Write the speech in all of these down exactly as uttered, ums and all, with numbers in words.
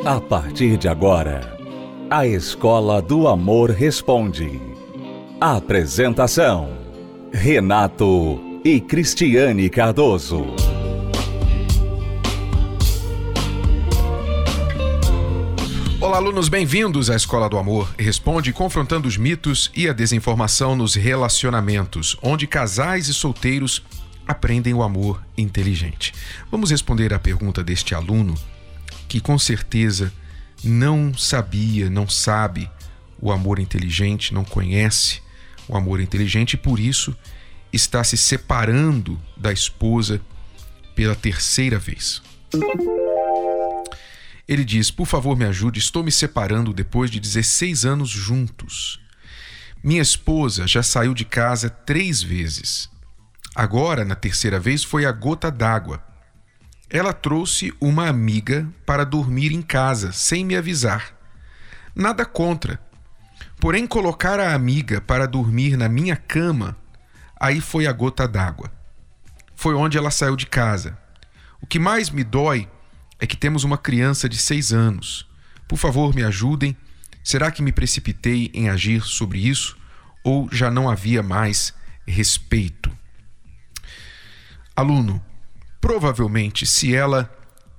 A partir de agora, a Escola do Amor Responde. Apresentação: Renato e Cristiane Cardoso. Olá, alunos, bem-vindos à Escola do Amor Responde, confrontando os mitos e a desinformação nos relacionamentos, onde casais e solteiros aprendem o amor inteligente. Vamos responder à pergunta deste aluno que com certeza não sabia, não sabe o amor inteligente, não conhece o amor inteligente e por isso está se separando da esposa pela terceira vez. Ele diz: por favor, me ajude, estou me separando depois de dezesseis anos juntos. Minha esposa já saiu de casa três vezes. Agora, na terceira vez, foi a gota d'água. Ela trouxe uma amiga para dormir em casa, sem me avisar. Nada contra. Porém, colocar a amiga para dormir na minha cama, aí foi a gota d'água. Foi onde ela saiu de casa. O que mais me dói é que temos uma criança de seis anos. Por favor, me ajudem. Será que me precipitei em agir sobre isso? Ou já não havia mais respeito? Aluno, provavelmente, se ela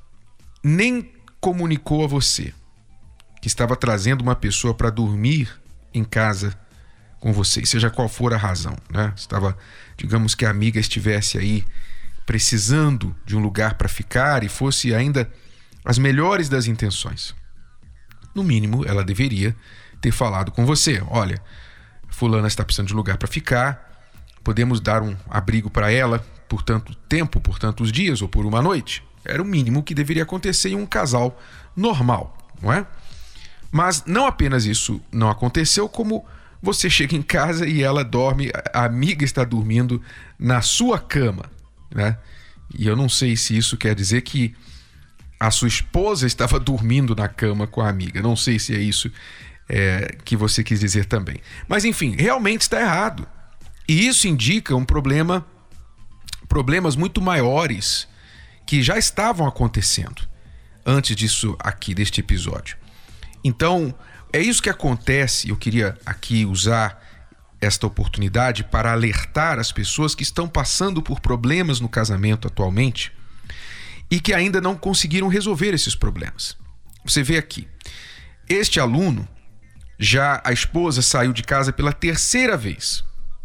nem comunicou a você que estava trazendo uma pessoa para dormir em casa com você, seja qual for a razão, né? Estava, digamos que a amiga estivesse aí precisando de um lugar para ficar e fosse ainda as melhores das intenções. No mínimo, ela deveria ter falado com você: olha, fulana está precisando de um lugar para ficar, podemos dar um abrigo para ela por tanto tempo, por tantos dias ou por uma noite. Era o mínimo que deveria acontecer em um casal normal, não é? Mas não apenas isso não aconteceu, como você chega em casa e ela dorme, a amiga está dormindo na sua cama, né? E eu não sei se isso quer dizer que a sua esposa estava dormindo na cama com a amiga. Não sei se é isso é, que você quis dizer também. Mas enfim, realmente está errado. E isso indica um problema, problemas muito maiores que já estavam acontecendo antes disso aqui, deste episódio. Então, é isso que acontece. Eu queria aqui usar esta oportunidade para alertar as pessoas que estão passando por problemas no casamento atualmente e que ainda não conseguiram resolver esses problemas. Você vê aqui, este aluno, já a esposa saiu de casa pela terceira vez.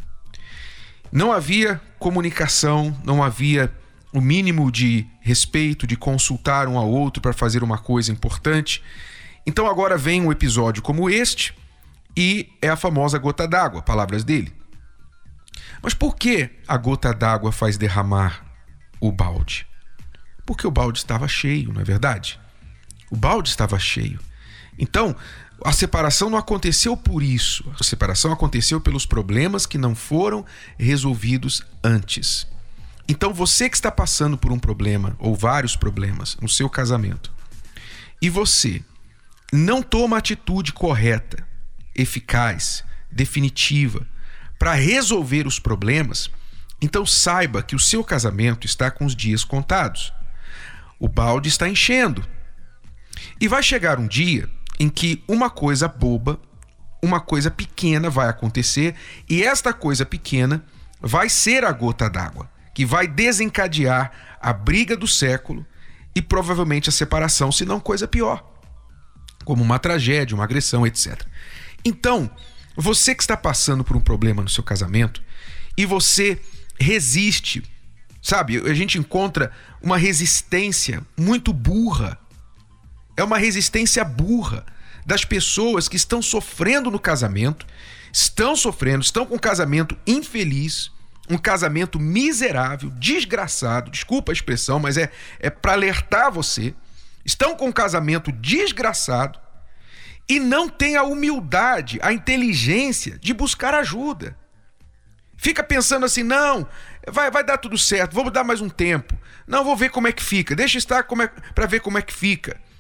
Não havia comunicação, não havia o mínimo de respeito, de consultar um ao outro para fazer uma coisa importante. Então agora vem um episódio como este e é a famosa gota d'água, palavras dele. Mas por que a gota d'água faz derramar o balde? Porque o balde estava cheio, não é verdade? O balde estava cheio. Então, a separação não aconteceu por isso. A separação aconteceu pelos problemas que não foram resolvidos antes. Então, você que está passando por um problema ou vários problemas no seu casamento e você não toma a atitude correta, eficaz, definitiva para resolver os problemas, então saiba que o seu casamento está com os dias contados. O balde está enchendo. E vai chegar um dia em que uma coisa boba, uma coisa pequena vai acontecer e esta coisa pequena vai ser a gota d'água, que vai desencadear a briga do século e provavelmente a separação, se não coisa pior, como uma tragédia, uma agressão, etcétera. Então, você que está passando por um problema no seu casamento e você resiste, sabe? A gente encontra uma resistência muito burra. É uma resistência burra das pessoas que estão sofrendo no casamento, estão sofrendo, estão com um casamento infeliz, um casamento miserável, desgraçado, desculpa a expressão, mas é, é para alertar você, estão com um casamento desgraçado e não têm a humildade, a inteligência de buscar ajuda. Fica pensando assim, não, vai, vai dar tudo certo, vamos dar mais um tempo. Não, vou ver como é que fica, deixa estar como é, para ver como é que fica.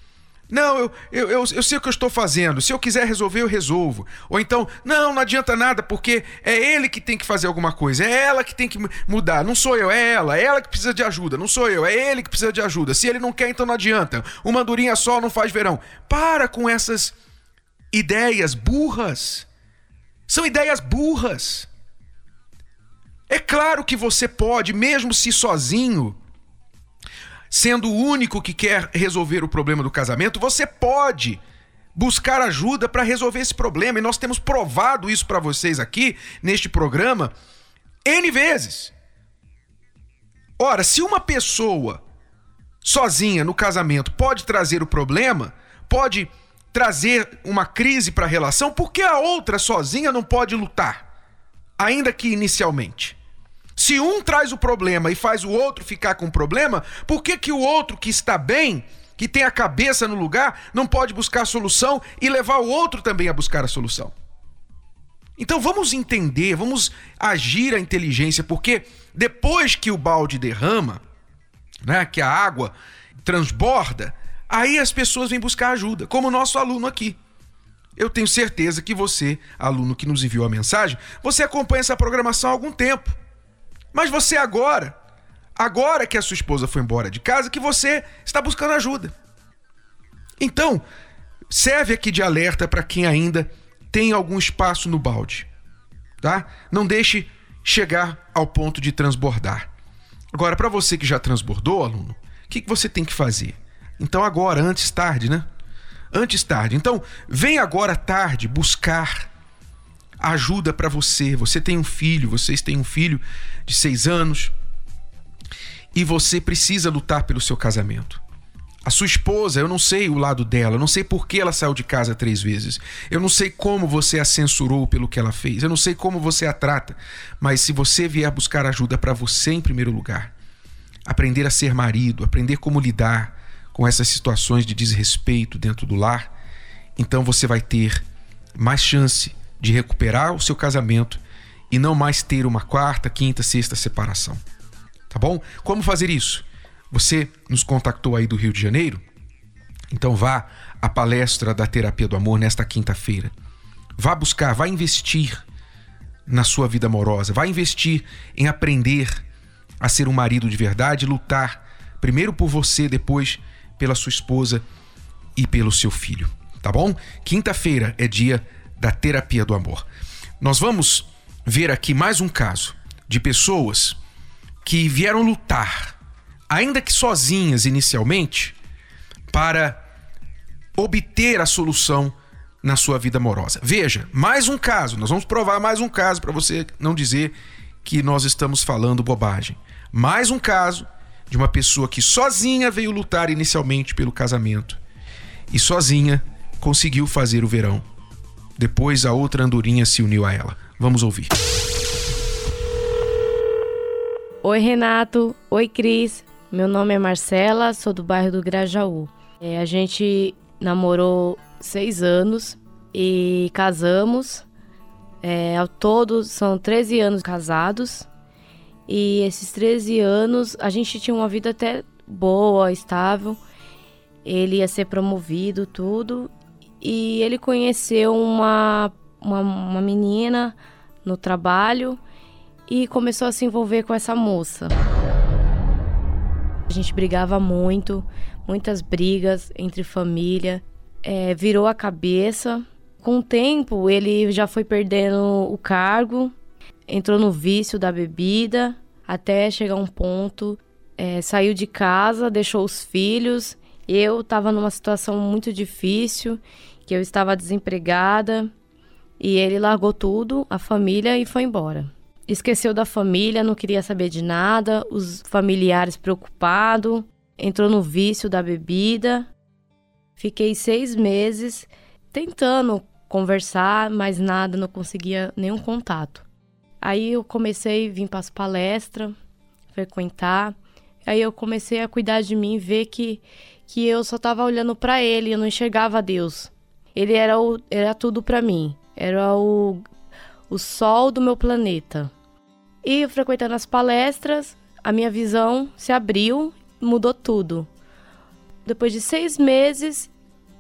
Não, eu, eu, eu, eu sei o que eu estou fazendo. Se eu quiser resolver, eu resolvo. Ou então, não, não adianta nada, porque é ele que tem que fazer alguma coisa. É ela que tem que mudar. Não sou eu, é ela. É ela que precisa de ajuda. Não sou eu, é ele que precisa de ajuda. Se ele não quer, então não adianta. Uma andorinha só não faz verão. Para com essas ideias burras. São ideias burras. É claro que você pode, mesmo se sozinho, sendo o único que quer resolver o problema do casamento, você pode buscar ajuda para resolver esse problema. E nós temos provado isso para vocês aqui, neste programa, N vezes. Ora, se uma pessoa sozinha no casamento pode trazer o problema, pode trazer uma crise para a relação, por que a outra sozinha não pode lutar? Ainda que inicialmente. Se um traz o problema e faz o outro ficar com o problema, por que que o outro que está bem, que tem a cabeça no lugar, não pode buscar a solução e levar o outro também a buscar a solução? Então vamos entender, vamos agir a inteligência, porque depois que o balde derrama, né, que a água transborda, aí as pessoas vêm buscar ajuda, como o nosso aluno aqui. Eu tenho certeza que você, aluno que nos enviou a mensagem, você acompanha essa programação há algum tempo. Mas você agora, agora que a sua esposa foi embora de casa, que você está buscando ajuda. Então, serve aqui de alerta para quem ainda tem algum espaço no balde, tá? Não deixe chegar ao ponto de transbordar. Agora, para você que já transbordou, aluno, o que, que você tem que fazer? Então agora, antes tarde, né? Antes tarde. Então, vem agora tarde buscar ajuda para você. Você tem um filho, vocês têm um filho de seis anos e você precisa lutar pelo seu casamento. A sua esposa, eu não sei o lado dela, eu não sei por que ela saiu de casa três vezes. Eu não sei como você a censurou pelo que ela fez. Eu não sei como você a trata. Mas se você vier buscar ajuda para você em primeiro lugar, aprender a ser marido, aprender como lidar com essas situações de desrespeito dentro do lar, então você vai ter mais chance de recuperar o seu casamento e não mais ter uma quarta, quinta, sexta separação. Tá bom? Como fazer isso? Você nos contactou aí do Rio de Janeiro? Então vá à palestra da Terapia do Amor nesta quinta-feira. Vá buscar, vá investir na sua vida amorosa, vá investir em aprender a ser um marido de verdade, lutar primeiro por você, depois pela sua esposa e pelo seu filho. Tá bom? Quinta-feira é dia da Terapia do Amor. Nós vamos ver aqui mais um caso de pessoas que vieram lutar, ainda que sozinhas inicialmente, para obter a solução na sua vida amorosa. Veja, mais um caso, nós vamos provar mais um caso para você não dizer que nós estamos falando bobagem. Mais um caso de uma pessoa que sozinha veio lutar inicialmente pelo casamento e sozinha conseguiu fazer o verão. Depois a outra andorinha se uniu a ela. Vamos ouvir. Oi, Renato. Oi, Cris. Meu nome é Marcela, sou do bairro do Grajaú. É, a gente namorou seis anos e casamos. É, ao todo são treze anos casados. E esses treze anos a gente tinha uma vida até boa, estável. Ele ia ser promovido, tudo. E ele conheceu uma, uma, uma menina no trabalho e começou a se envolver com essa moça. A gente brigava muito, muitas brigas entre família. É, virou a cabeça. Com o tempo, ele já foi perdendo o cargo, entrou no vício da bebida, até chegar um ponto, é, saiu de casa, deixou os filhos. Eu estava numa situação muito difícil, que eu estava desempregada, e ele largou tudo, a família, e foi embora. Esqueceu da família, não queria saber de nada, os familiares preocupados, entrou no vício da bebida. Fiquei seis meses tentando conversar, mas nada, não conseguia nenhum contato. Aí eu comecei a vir para as palestras, frequentar. Aí eu comecei a cuidar de mim, ver que, que eu só estava olhando para ele, eu não enxergava Deus. Ele era, o, era tudo para mim, era o, o sol do meu planeta. E frequentando as palestras, a minha visão se abriu, mudou tudo. Depois de seis meses,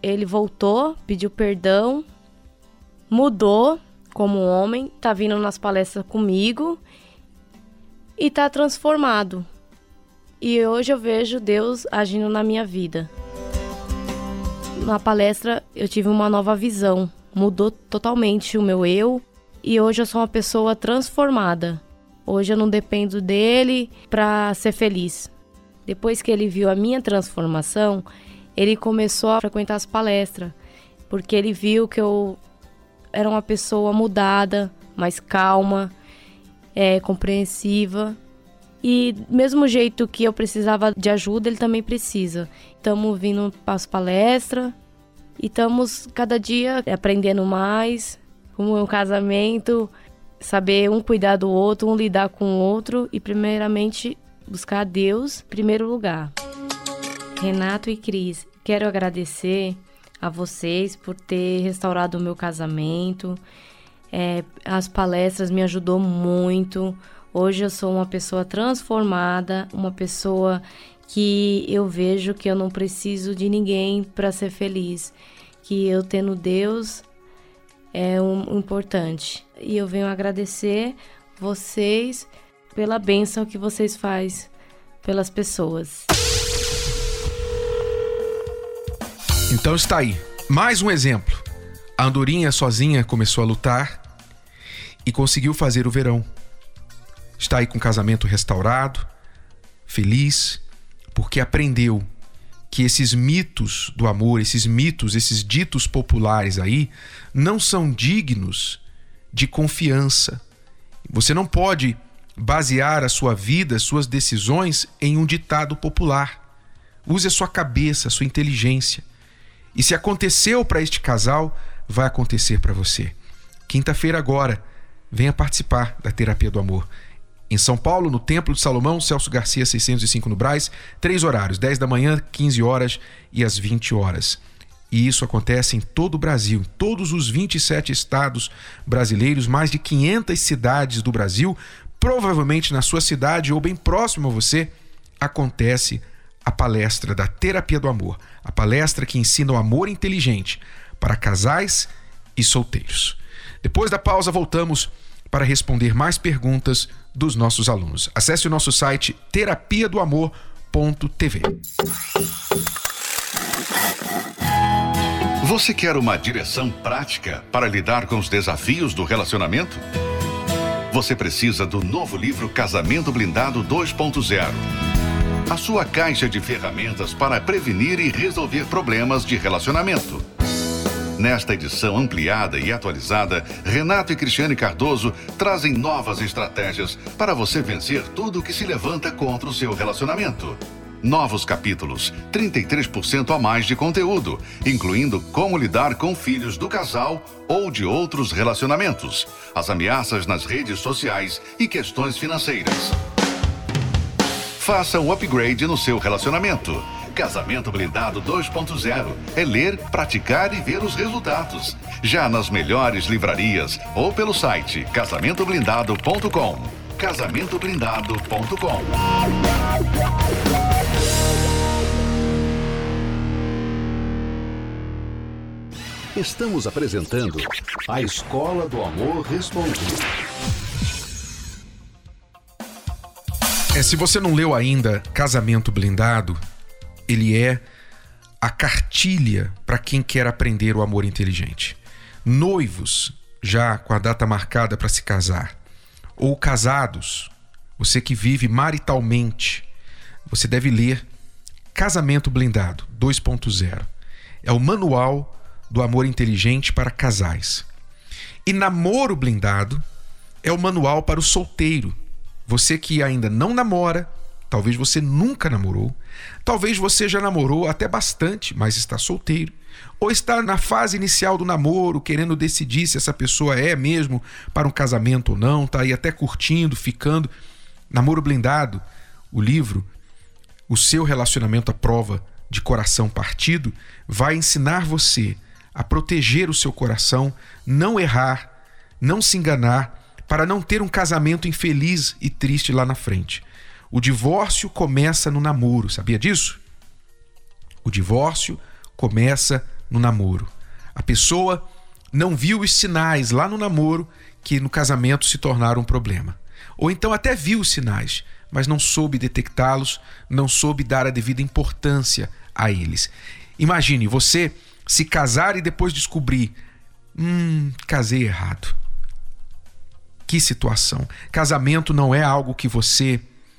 ele voltou, pediu perdão, mudou como homem, tá vindo nas palestras comigo e tá transformado. E hoje eu vejo Deus agindo na minha vida. Na palestra eu tive uma nova visão, mudou totalmente o meu eu e hoje eu sou uma pessoa transformada. Hoje eu não dependo dele para ser feliz. Depois que ele viu a minha transformação, ele começou a frequentar as palestras, porque ele viu que eu era uma pessoa mudada, mais calma, é, compreensiva. E do mesmo jeito que eu precisava de ajuda, ele também precisa. Estamos vindo para as palestras e estamos cada dia aprendendo mais, como é um casamento, saber um cuidar do outro, um lidar com o outro e primeiramente buscar a Deus em primeiro lugar. Renato e Cris, quero agradecer a vocês por ter restaurado o meu casamento. É, as palestras me ajudou muito. Hoje eu sou uma pessoa transformada, uma pessoa que eu vejo que eu não preciso de ninguém para ser feliz, que eu tendo Deus é um, importante. E eu venho agradecer vocês pela bênção que vocês fazem pelas pessoas. Então está aí, mais um exemplo. A andorinha sozinha começou a lutar e conseguiu fazer o verão. Está aí com o casamento restaurado, feliz, porque aprendeu que esses mitos do amor, esses mitos, esses ditos populares aí, não são dignos de confiança. Você não pode basear a sua vida, suas decisões em um ditado popular. Use a sua cabeça, a sua inteligência. E se aconteceu para este casal, vai acontecer para você. Quinta-feira agora, venha participar da Terapia do Amor. Em São Paulo, no Templo de Salomão, Celso Garcia seiscentos e cinco no Brás, três horários, dez da manhã, quinze horas e às vinte horas. E isso acontece em todo o Brasil, em todos os vinte e sete estados brasileiros, mais de quinhentas cidades do Brasil. Provavelmente na sua cidade ou bem próximo a você, acontece a palestra da Terapia do Amor, a palestra que ensina o amor inteligente para casais e solteiros. Depois da pausa, voltamos para responder mais perguntas dos nossos alunos. Acesse o nosso site terapia do amor ponto t v. Você quer uma direção prática para lidar com os desafios do relacionamento? Você precisa do novo livro Casamento Blindado dois ponto zero. A sua caixa de ferramentas para prevenir e resolver problemas de relacionamento. Nesta edição ampliada e atualizada, Renato e Cristiane Cardoso trazem novas estratégias para você vencer tudo que se levanta contra o seu relacionamento. Novos capítulos, trinta e três por cento a mais de conteúdo, incluindo como lidar com filhos do casal ou de outros relacionamentos, as ameaças nas redes sociais e questões financeiras. Faça um upgrade no seu relacionamento. Casamento Blindado dois ponto zero é ler, praticar e ver os resultados. Já nas melhores livrarias ou pelo site casamento blindado ponto com. casamento blindado ponto com. Estamos apresentando a Escola do Amor Respondido. É, se você não leu ainda Casamento Blindado, ele é a cartilha para quem quer aprender o amor inteligente. Noivos, já com a data marcada para se casar, ou casados, você que vive maritalmente, você deve ler Casamento Blindado dois ponto zero. É o manual do amor inteligente para casais. E Namoro Blindado é o manual para o solteiro. Você que ainda não namora, talvez você nunca namorou, talvez você já namorou até bastante, mas está solteiro, ou está na fase inicial do namoro, querendo decidir se essa pessoa é mesmo para um casamento ou não, está aí até curtindo, ficando. Namoro Blindado, o livro, o seu relacionamento à prova de coração partido, vai ensinar você a proteger o seu coração, não errar, não se enganar, para não ter um casamento infeliz e triste lá na frente. O divórcio começa no namoro, sabia disso? O divórcio começa no namoro. A pessoa não viu os sinais lá no namoro que no casamento se tornaram um problema. Ou então até viu os sinais, mas não soube detectá-los, não soube dar a devida importância a eles. Imagine você se casar e depois descobrir, hum, casei errado. Que situação. Casamento não é algo que você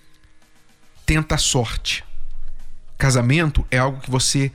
tenta a sorte. Casamento é algo que você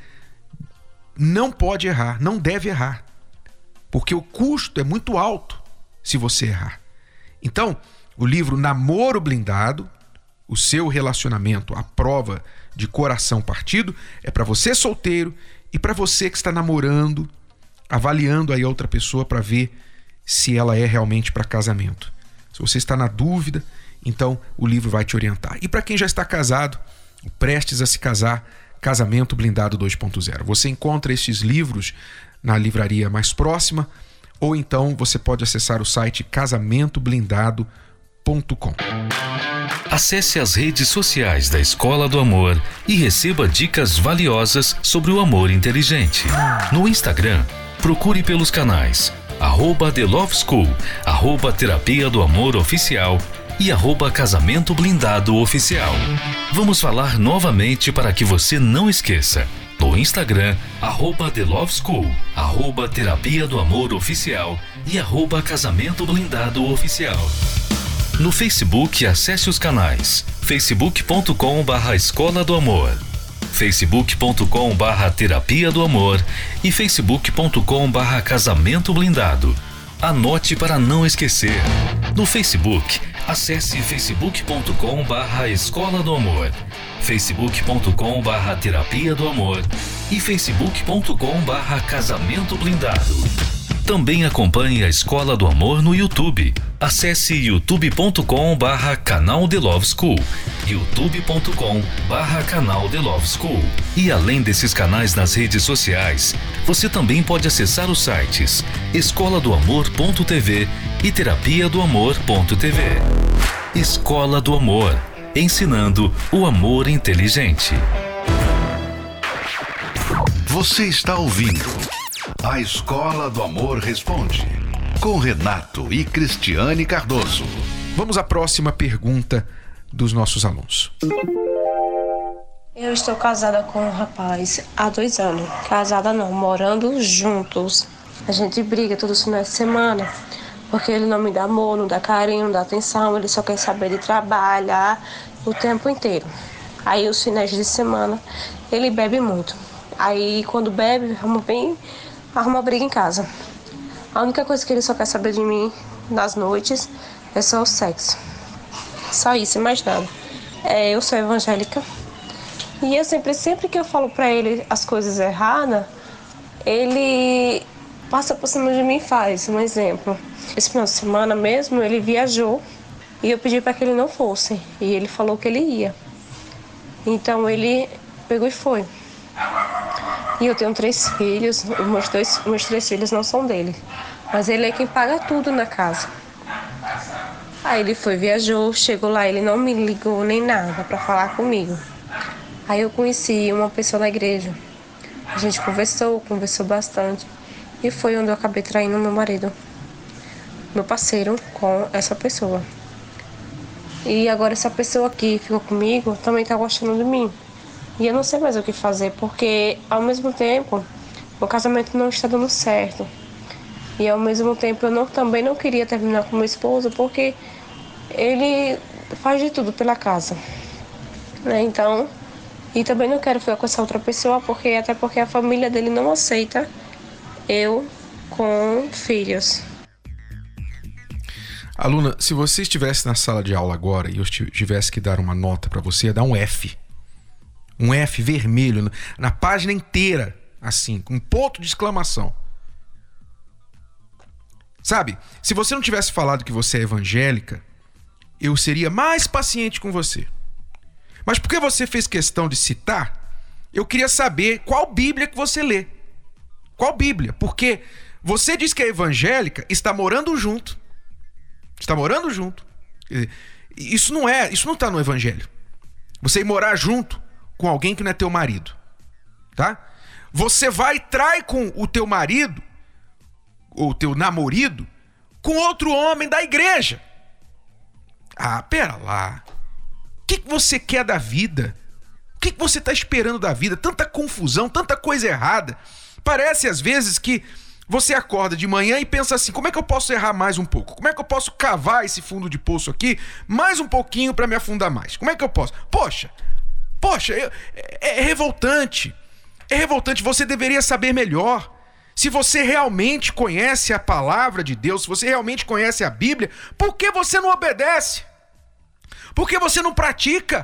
não pode errar, não deve errar. Porque o custo é muito alto se você errar. Então, o livro Namoro Blindado, o seu relacionamento à prova de coração partido, é para você solteiro e para você que está namorando, avaliando aí a outra pessoa para ver se ela é realmente para casamento. Se você está na dúvida, então o livro vai te orientar. E para quem já está casado, prestes a se casar, Casamento Blindado dois ponto zero. Você encontra estes livros na livraria mais próxima, ou então você pode acessar o site casamento blindado ponto com. Acesse as redes sociais da Escola do Amor e receba dicas valiosas sobre o amor inteligente. No Instagram, procure pelos canais arroba The Love School, arroba Terapia do Amor Oficial e arroba Casamento Blindado Oficial. Vamos falar novamente para que você não esqueça. No Instagram, arroba The Love School, arroba Terapia do Amor Oficial e arroba Casamento Blindado Oficial. No Facebook, acesse os canais facebook ponto com barra Escola do Amor, facebook ponto com barra Terapia do Amor e facebook ponto com barra Casamento Blindado. Anote para não esquecer. No Facebook, acesse facebook ponto com barra Escola do Amor, facebook ponto com barra Terapia do Amor e facebook ponto com barra Casamento Blindado. Também acompanhe a Escola do Amor no YouTube. Acesse youtube ponto com barra canal The Love School, youtube ponto com barra canal The Love School. E além desses canais nas redes sociais, você também pode acessar os sites escola do amor ponto t v e terapia do amor ponto t v. Escola do Amor, ensinando o amor inteligente. Você está ouvindo A Escola do Amor Responde, com Renato e Cristiane Cardoso. Vamos à próxima pergunta dos nossos alunos. Eu estou casada com um rapaz há dois anos. Casada não, morando juntos. A gente briga todos os finais de semana, porque ele não me dá amor, não dá carinho, não dá atenção. Ele só quer saber de trabalhar o tempo inteiro. Aí os finais de semana ele bebe muito. Aí quando bebe, arruma bem, arruma briga em casa. A única coisa que ele só quer saber de mim nas noites é só o sexo. Só isso, mais nada. É, eu sou evangélica. E eu sempre, sempre que eu falo pra ele as coisas erradas, ele passa por cima de mim e faz. Um exemplo. Esse final de semana mesmo, ele viajou e eu pedi pra que ele não fosse. E ele falou que ele ia. Então ele pegou e foi. E eu tenho três filhos, os meus, dois, meus três filhos não são dele. Mas ele é quem paga tudo na casa. Aí ele foi, viajou, chegou lá, ele não me ligou nem nada pra falar comigo. Aí eu conheci uma pessoa na igreja. A gente conversou, conversou bastante. E foi onde eu acabei traindo meu marido, meu parceiro, com essa pessoa. E agora essa pessoa que ficou comigo também tá gostando de mim. E eu não sei mais o que fazer, porque ao mesmo tempo o casamento não está dando certo. E ao mesmo tempo eu não, também não queria terminar com meu esposo, porque ele faz de tudo pela casa, né? Então, e também não quero ficar com essa outra pessoa, porque até porque a família dele não aceita eu com filhos. Aluna, se você estivesse na sala de aula agora e eu tivesse que dar uma nota para você, ia dar um F. Um F vermelho na página inteira, assim, com um ponto de exclamação. Sabe, se você não tivesse falado que você é evangélica, eu seria mais paciente com você. Mas porque você fez questão de citar, eu queria saber qual Bíblia que você lê. Qual Bíblia? Porque você diz que é evangélica, está morando junto. Está morando junto. Isso não é, isso não está no Evangelho. Você ir morar junto com alguém que não é teu marido, tá? você vai e trai com o teu marido, ou teu namorado, com outro homem da igreja. Ah, pera lá. O que, que você quer da vida? O que, que você está esperando da vida? Tanta confusão, tanta coisa errada. Parece às vezes que você acorda de manhã e pensa assim, como é que eu posso errar mais um pouco? Como é que eu posso cavar esse fundo de poço aqui mais um pouquinho para me afundar mais? Como é que eu posso? Poxa, poxa, é, é revoltante. É revoltante, você deveria saber melhor. Se você realmente conhece a palavra de Deus, se você realmente conhece a Bíblia, por que você não obedece? Por que você não pratica?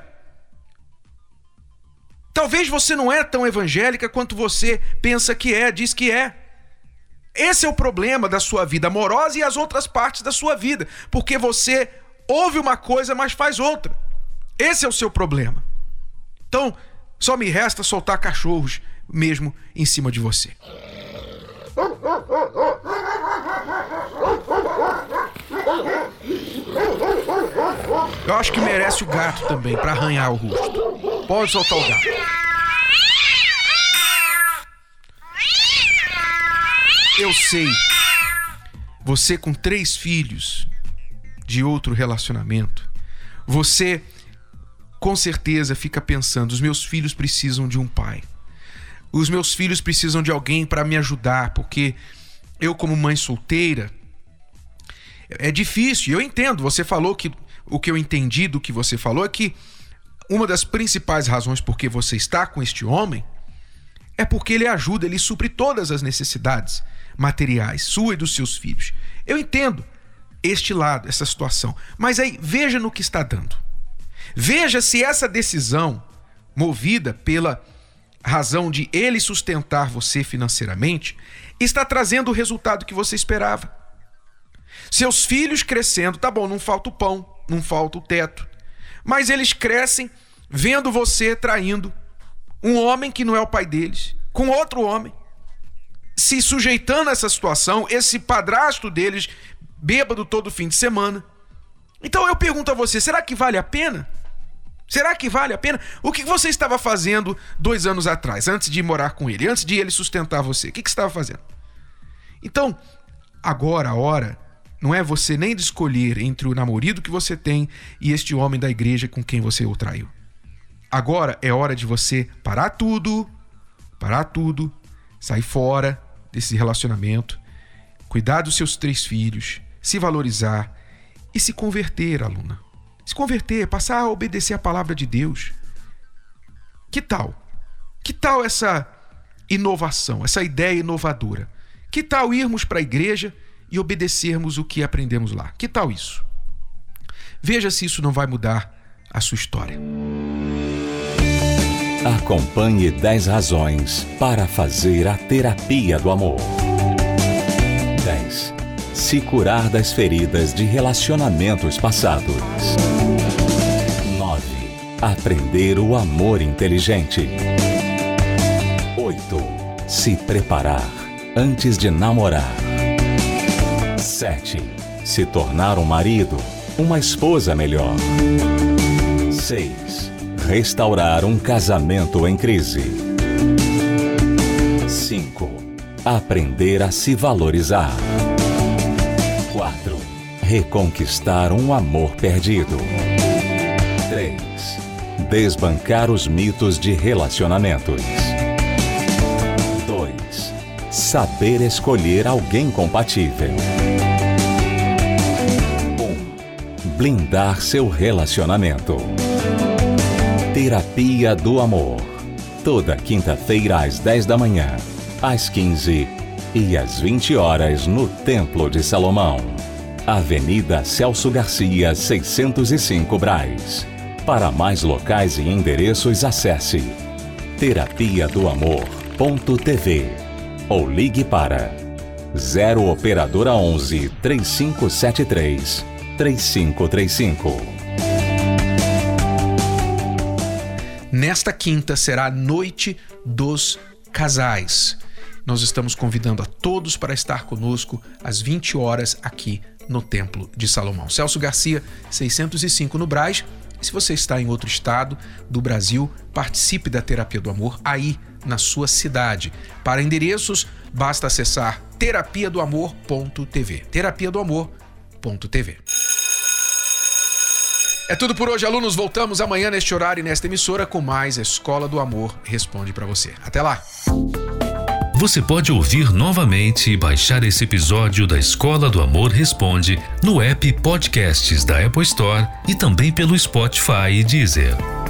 Talvez você não é tão evangélica quanto você pensa que é, diz que é. Esse é o problema da sua vida amorosa e as outras partes da sua vida, porque você ouve uma coisa, mas faz outra. Esse é o seu problema. Então, só me resta soltar cachorros mesmo em cima de você. Eu acho que merece o gato também, para arranhar o rosto. Pode soltar o gato. Eu sei, você com três filhos de outro relacionamento, você com certeza fica pensando, os meus filhos precisam de um pai. Os meus filhos precisam de alguém para me ajudar, porque eu, como mãe solteira, é difícil. Eu entendo, você falou que o que eu entendi do que você falou é que uma das principais razões por que você está com este homem é porque ele ajuda, ele supre todas as necessidades materiais, sua e dos seus filhos. Eu entendo este lado, essa situação, mas aí veja no que está dando. Veja se essa decisão, movida pela razão de ele sustentar você financeiramente, está trazendo o resultado que você esperava. Seus filhos crescendo, tá bom, não falta o pão, não falta o teto, mas eles crescem vendo você traindo um homem que não é o pai deles, com outro homem, se sujeitando a essa situação, esse padrasto deles, bêbado todo fim de semana. Então eu pergunto a você, será que vale a pena? Será que vale a pena? O que você estava fazendo dois anos atrás, antes de morar com ele, antes de ele sustentar você? O que você estava fazendo? Então, agora a hora não é você nem de escolher entre o namorado que você tem e este homem da igreja com quem você o traiu. Agora é hora de você parar tudo, parar tudo, sair fora desse relacionamento, cuidar dos seus três filhos, se valorizar e se converter, aluna. Se converter, passar a obedecer a palavra de Deus. Que tal? Que tal essa inovação, essa ideia inovadora? Que tal irmos para a igreja e obedecermos o que aprendemos lá? Que tal isso? Veja se isso não vai mudar a sua história. Acompanhe dez razões para fazer a terapia do amor. dez. Se curar das feridas de relacionamentos passados. nove. Aprender o amor inteligente. oito. Se preparar antes de namorar. sete. Se tornar um marido, uma esposa melhor. seis. Restaurar um casamento em crise. cinco. Aprender a se valorizar. quatro. Reconquistar um amor perdido. três. Desbancar os mitos de relacionamentos. dois. Saber escolher alguém compatível. um. Blindar seu relacionamento. Terapia do Amor. Toda quinta-feira às dez da manhã, às quinze e às vinte horas no Templo de Salomão. Avenida Celso Garcia, seiscentos e cinco Brás. Para mais locais e endereços, acesse terapia do amor ponto t v ou ligue para zero operadora onze, três cinco sete três, três cinco três cinco. Nesta quinta será a Noite dos Casais. Nós estamos convidando a todos para estar conosco às vinte horas aqui no Templo de Salomão. Celso Garcia, seiscentos e cinco no Brás, E se você está em outro estado do Brasil, participe da Terapia do Amor aí na sua cidade. Para endereços, basta acessar terapia do amor ponto t v. terapia do amor ponto t v. É tudo por hoje, alunos. Voltamos amanhã neste horário e nesta emissora com mais a Escola do Amor Responde para você. Até lá! Você pode ouvir novamente e baixar esse episódio da Escola do Amor Responde no app Podcasts da Apple Store e também pelo Spotify e Deezer.